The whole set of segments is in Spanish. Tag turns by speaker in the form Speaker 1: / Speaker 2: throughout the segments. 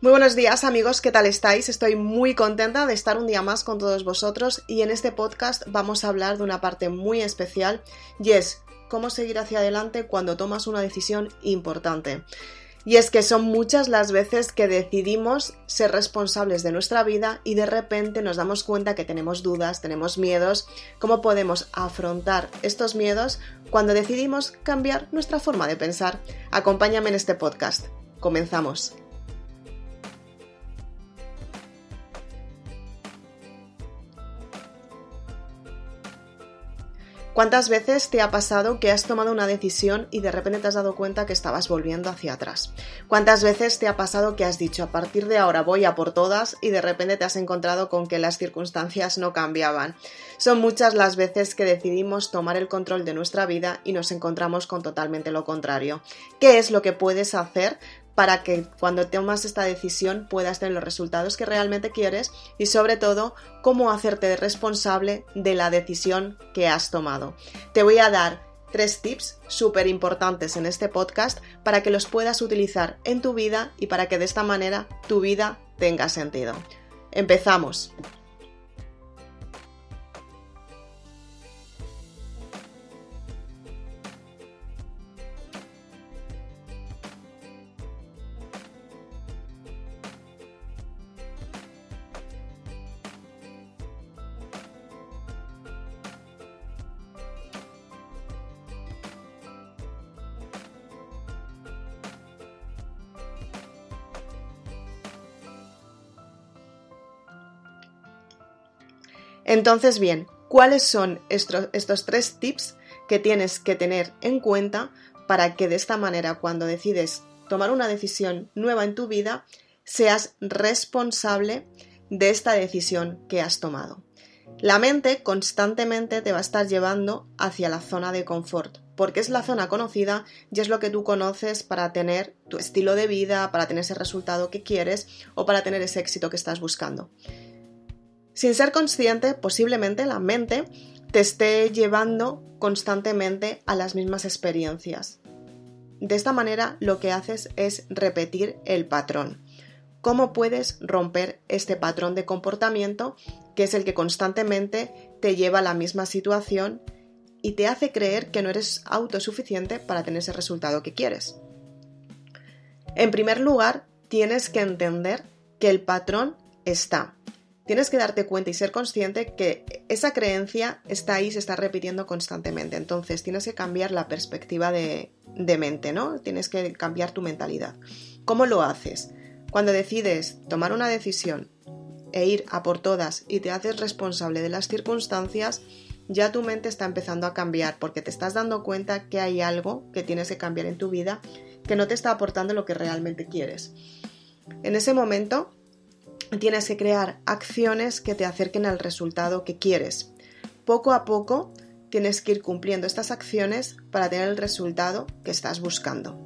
Speaker 1: Muy buenos días amigos, ¿qué tal estáis? Estoy muy contenta de estar un día más con todos vosotros y en este podcast vamos a hablar de una parte muy especial y es cómo seguir hacia adelante cuando tomas una decisión importante. Y es que son muchas las veces que decidimos ser responsables de nuestra vida y de repente nos damos cuenta que tenemos dudas, tenemos miedos. ¿Cómo podemos afrontar estos miedos cuando decidimos cambiar nuestra forma de pensar? Acompáñame en este podcast. Comenzamos. ¿Cuántas veces te ha pasado que has tomado una decisión y de repente te has dado cuenta que estabas volviendo hacia atrás? ¿Cuántas veces te ha pasado que has dicho a partir de ahora voy a por todas y de repente te has encontrado con que las circunstancias no cambiaban? Son muchas las veces que decidimos tomar el control de nuestra vida y nos encontramos con totalmente lo contrario. ¿Qué es lo que puedes hacer para que cuando tomas esta decisión puedas tener los resultados que realmente quieres y sobre todo cómo hacerte responsable de la decisión que has tomado? Te voy a dar 3 tips súper importantes en este podcast para que los puedas utilizar en tu vida y para que de esta manera tu vida tenga sentido. ¡Empezamos! Entonces, bien, ¿cuáles son estos 3 tips que tienes que tener en cuenta para que de esta manera, cuando decides tomar una decisión nueva en tu vida, seas responsable de esta decisión que has tomado? La mente constantemente te va a estar llevando hacia la zona de confort, porque es la zona conocida y es lo que tú conoces para tener tu estilo de vida, para tener ese resultado que quieres o para tener ese éxito que estás buscando. Sin ser consciente, posiblemente la mente te esté llevando constantemente a las mismas experiencias. De esta manera lo que haces es repetir el patrón. ¿Cómo puedes romper este patrón de comportamiento que es el que constantemente te lleva a la misma situación y te hace creer que no eres autosuficiente para tener ese resultado que quieres? En primer lugar, tienes que entender que el patrón está. Tienes que darte cuenta y ser consciente que esa creencia está ahí, se está repitiendo constantemente. Entonces tienes que cambiar la perspectiva de mente, ¿no? Tienes que cambiar tu mentalidad. ¿Cómo lo haces? Cuando decides tomar una decisión e ir a por todas y te haces responsable de las circunstancias, ya tu mente está empezando a cambiar porque te estás dando cuenta que hay algo que tienes que cambiar en tu vida que no te está aportando lo que realmente quieres. En ese momento tienes que crear acciones que te acerquen al resultado que quieres. Poco a poco tienes que ir cumpliendo estas acciones para tener el resultado que estás buscando.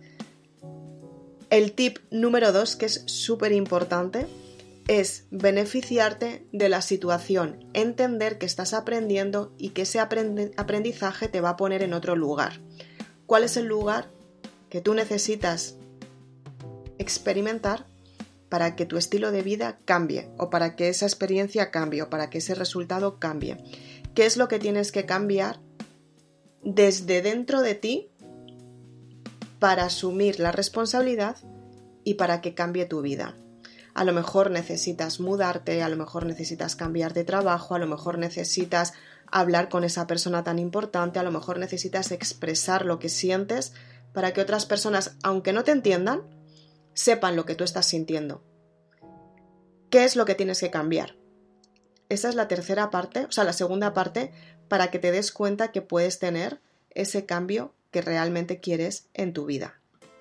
Speaker 1: El tip número 2, que es súper importante, es beneficiarte de la situación, entender que estás aprendiendo y que ese aprendizaje te va a poner en otro lugar. ¿Cuál es el lugar que tú necesitas experimentar para que tu estilo de vida cambie o para que esa experiencia cambie o para que ese resultado cambie? ¿Qué es lo que tienes que cambiar desde dentro de ti para asumir la responsabilidad y para que cambie tu vida? A lo mejor necesitas mudarte, a lo mejor necesitas cambiar de trabajo, a lo mejor necesitas hablar con esa persona tan importante, a lo mejor necesitas expresar lo que sientes para que otras personas, aunque no te entiendan, sepan lo que tú estás sintiendo. ¿Qué es lo que tienes que cambiar? Esa es la segunda parte para que te des cuenta que puedes tener ese cambio que realmente quieres en tu vida.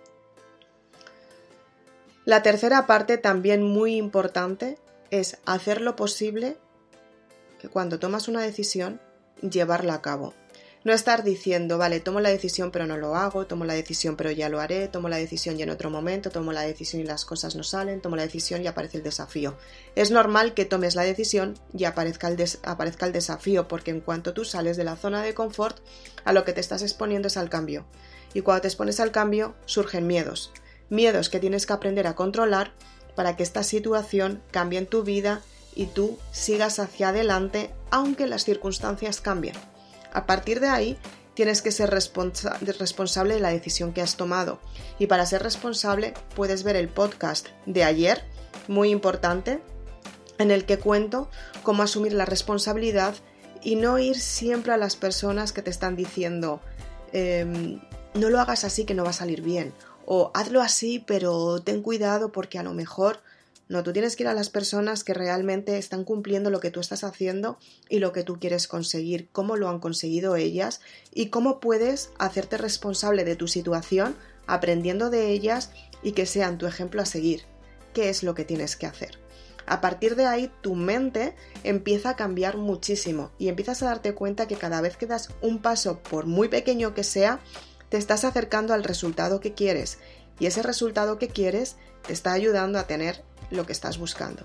Speaker 1: La tercera parte, también muy importante, es hacer lo posible que cuando tomas una decisión, llevarla a cabo. No estar diciendo, vale, tomo la decisión pero no lo hago, tomo la decisión pero ya lo haré, tomo la decisión y en otro momento, tomo la decisión y las cosas no salen, tomo la decisión y aparece el desafío. Es normal que tomes la decisión y aparezca el desafío, porque en cuanto tú sales de la zona de confort, a lo que te estás exponiendo es al cambio. Y cuando te expones al cambio, surgen miedos. Miedos que tienes que aprender a controlar para que esta situación cambie en tu vida y tú sigas hacia adelante aunque las circunstancias cambien. A partir de ahí tienes que ser responsable de la decisión que has tomado, y para ser responsable puedes ver el podcast de ayer, muy importante, en el que cuento cómo asumir la responsabilidad y no ir siempre a las personas que te están diciendo no lo hagas así que no va a salir bien, o hazlo así pero ten cuidado porque a lo mejor... No, tú tienes que ir a las personas que realmente están cumpliendo lo que tú estás haciendo y lo que tú quieres conseguir, cómo lo han conseguido ellas y cómo puedes hacerte responsable de tu situación aprendiendo de ellas y que sean tu ejemplo a seguir. ¿Qué es lo que tienes que hacer? A partir de ahí tu mente empieza a cambiar muchísimo y empiezas a darte cuenta que cada vez que das un paso, por muy pequeño que sea, te estás acercando al resultado que quieres, y ese resultado que quieres te está ayudando a tener lo que estás buscando.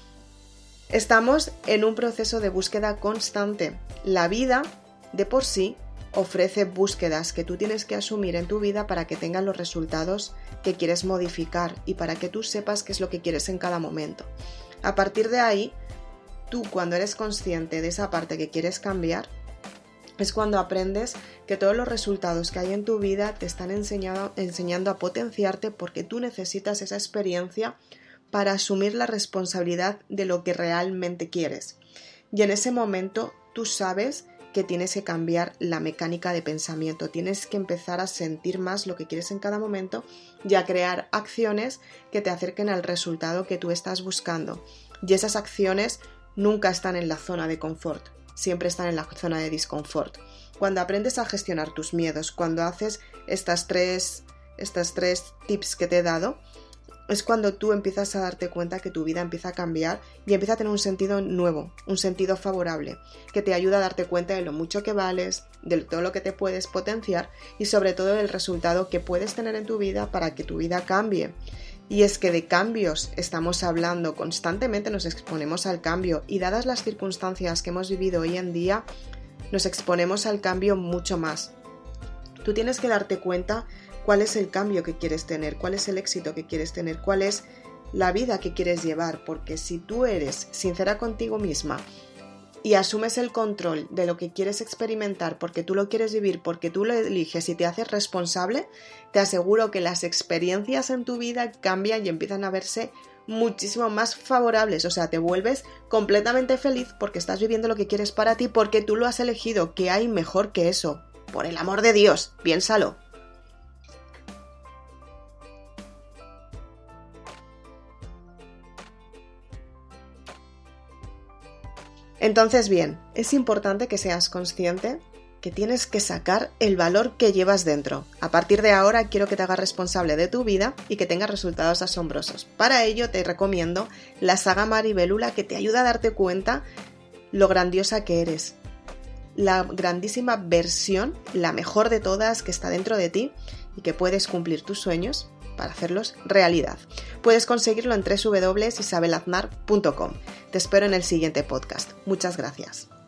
Speaker 1: Estamos en un proceso de búsqueda constante. La vida, de por sí, ofrece búsquedas que tú tienes que asumir en tu vida para que tengan los resultados que quieres modificar y para que tú sepas qué es lo que quieres en cada momento. A partir de ahí, tú cuando eres consciente de esa parte que quieres cambiar, es cuando aprendes que todos los resultados que hay en tu vida te están enseñando a potenciarte, porque tú necesitas esa experiencia para asumir la responsabilidad de lo que realmente quieres. Y en ese momento tú sabes que tienes que cambiar la mecánica de pensamiento, tienes que empezar a sentir más lo que quieres en cada momento y a crear acciones que te acerquen al resultado que tú estás buscando. Y esas acciones nunca están en la zona de confort, siempre están en la zona de disconfort. Cuando aprendes a gestionar tus miedos, cuando haces estas tres tips que te he dado, es cuando tú empiezas a darte cuenta que tu vida empieza a cambiar y empieza a tener un sentido nuevo, un sentido favorable, que te ayuda a darte cuenta de lo mucho que vales, de todo lo que te puedes potenciar y sobre todo del resultado que puedes tener en tu vida para que tu vida cambie. Y es que de cambios estamos hablando, constantemente nos exponemos al cambio y dadas las circunstancias que hemos vivido hoy en día, nos exponemos al cambio mucho más. Tú tienes que darte cuenta cuál es el cambio que quieres tener, cuál es el éxito que quieres tener, cuál es la vida que quieres llevar, porque si tú eres sincera contigo misma y asumes el control de lo que quieres experimentar porque tú lo quieres vivir, porque tú lo eliges y te haces responsable, te aseguro que las experiencias en tu vida cambian y empiezan a verse muchísimo más favorables, o sea, te vuelves completamente feliz porque estás viviendo lo que quieres para ti, porque tú lo has elegido. ¿Qué hay mejor que eso? Por el amor de Dios, piénsalo. Entonces, bien, es importante que seas consciente que tienes que sacar el valor que llevas dentro. A partir de ahora quiero que te hagas responsable de tu vida y que tengas resultados asombrosos. Para ello te recomiendo la saga Maribélula, que te ayuda a darte cuenta lo grandiosa que eres. La grandísima versión, la mejor de todas, que está dentro de ti y que puedes cumplir tus sueños para hacerlos realidad. Puedes conseguirlo en www.isabelaznar.com. Te espero en el siguiente podcast. Muchas gracias.